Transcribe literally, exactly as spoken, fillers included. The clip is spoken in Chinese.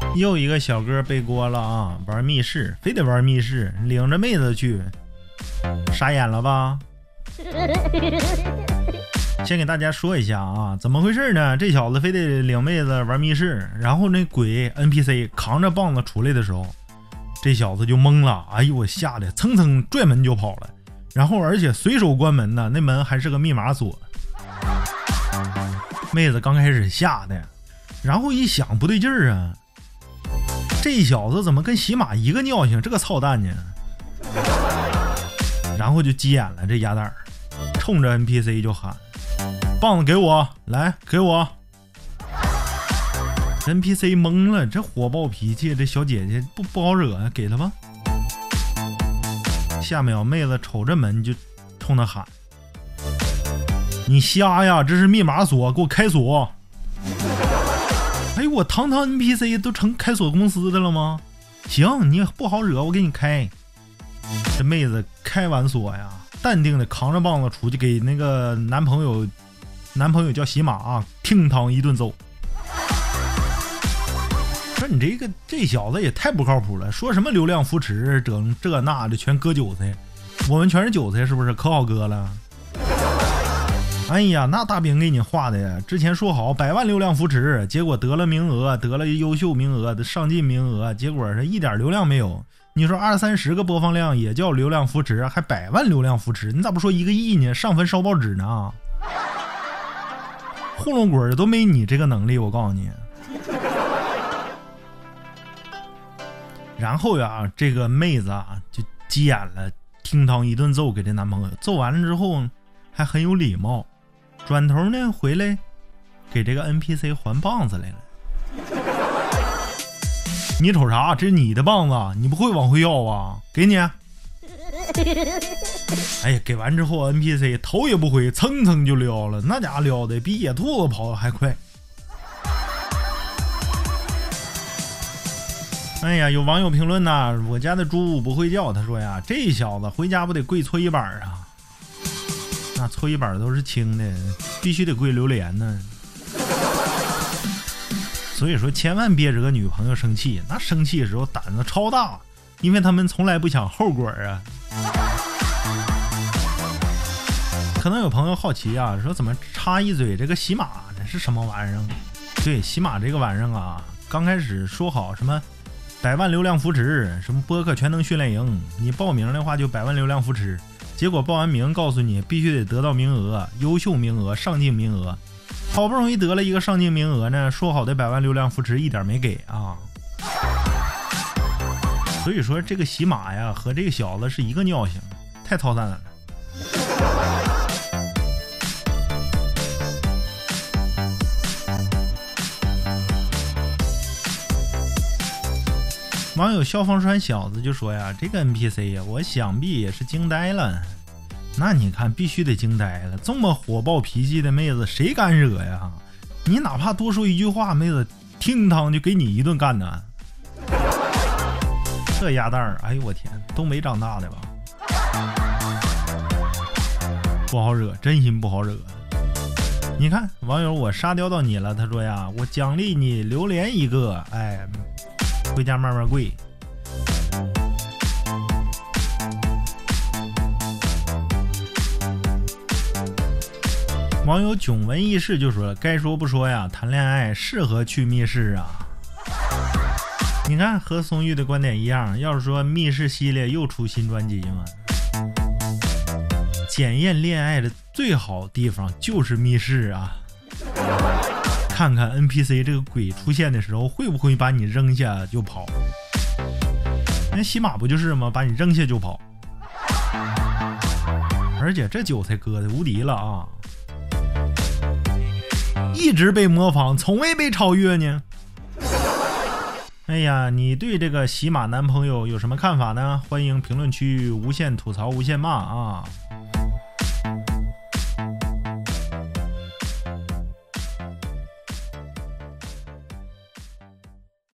又一个小哥背锅了啊！玩密室，非得玩密室，领着妹子去，傻眼了吧？先给大家说一下啊，怎么回事呢？这小子非得领妹子玩密室，然后那鬼 N P C 扛着棒子出来的时候，这小子就懵了，哎呦我吓得蹭蹭拽门就跑了，然后而且随手关门呢，那门还是个密码锁。妹子刚开始吓的，然后一想不对劲儿啊，这小子怎么跟喜马一个尿性，这个操蛋呢？然后就急眼了，这鸭蛋儿冲着 N P C 就喊：棒子给我，来给我。 N P C 懵了，这火爆脾气，这小姐姐不不好惹啊，给他吧。下秒妹子瞅着门就冲他喊：你瞎呀，这是密码锁，给我开锁。哎呦，我堂堂 N P C 都成开锁公司的了吗？行，你不好惹，我给你开。这妹子开完锁呀，淡定的扛着棒子出去给那个男朋友，男朋友叫喜马啊，听堂一顿揍。说你这个这小子也太不靠谱了，说什么流量扶持，整这那的全割韭菜，我们全是韭菜是不是？可好割了。哎呀，那大饼给你画的呀！之前说好百万流量扶持，结果得了名额，得了优秀名额的上进名额，结果是一点流量没有。你说二三十个播放量也叫流量扶持，还百万流量扶持，你咋不说一个亿呢？上坟烧报纸呢？糊弄鬼都没你这个能力，我告诉你。然后呀，这个妹子啊就急眼了，听堂一顿揍给这男朋友，揍完了之后还很有礼貌，转头呢回来给这个 N P C 还棒子来了。你瞅啥？这是你的棒子，你不会往回要啊？给你。哎呀，给完之后 N P C 头也不回，蹭蹭就撩了，那家伙撩的比野兔子跑还快。哎呀，有网友评论呐，我家的猪不会叫，他说呀，这小子回家不得跪搓衣板啊？那搓衣板都是轻的，必须得跪榴莲呢。所以说千万别惹女朋友生气，那生气的时候胆子超大，因为他们从来不想后果啊。可能有朋友好奇啊，说怎么插一嘴，这个喜马这是什么玩意儿？对，喜马这个玩意儿啊，刚开始说好什么百万流量扶持，什么播客全能训练营，你报名的话就百万流量扶持，结果报完名告诉你必须得得到名额，优秀名额，上进名额，好不容易得了一个上进名额呢，说好的百万流量扶持一点没给啊。所以说这个喜马呀和这个小子是一个尿性，太操蛋了。网友消防栓小子就说呀，这个 N P C 呀，我想必也是惊呆了。那你看必须得惊呆了，这么火爆脾气的妹子谁敢惹呀？你哪怕多说一句话，妹子听堂就给你一顿干呢。这鸭蛋儿，哎呦我天，东北长大的吧，不好惹，真心不好惹。你看网友我沙雕到你了，他说呀，我奖励你榴莲一个，哎，回家慢慢跪。网友囧闻轶事就说，该说不说呀，谈恋爱适合去密室啊。你看和松玉的观点一样，要是说密室系列又出新专辑嘛，检验恋爱的最好地方就是密室啊。看看 N P C 这个鬼出现的时候会不会把你扔下就跑。那喜马不就是吗？把你扔下就跑。而且这韭菜割的无敌了啊，一直被模仿，从未被超越呢。哎呀，你对这个喜马男朋友有什么看法呢？欢迎评论区无限吐槽无限骂啊。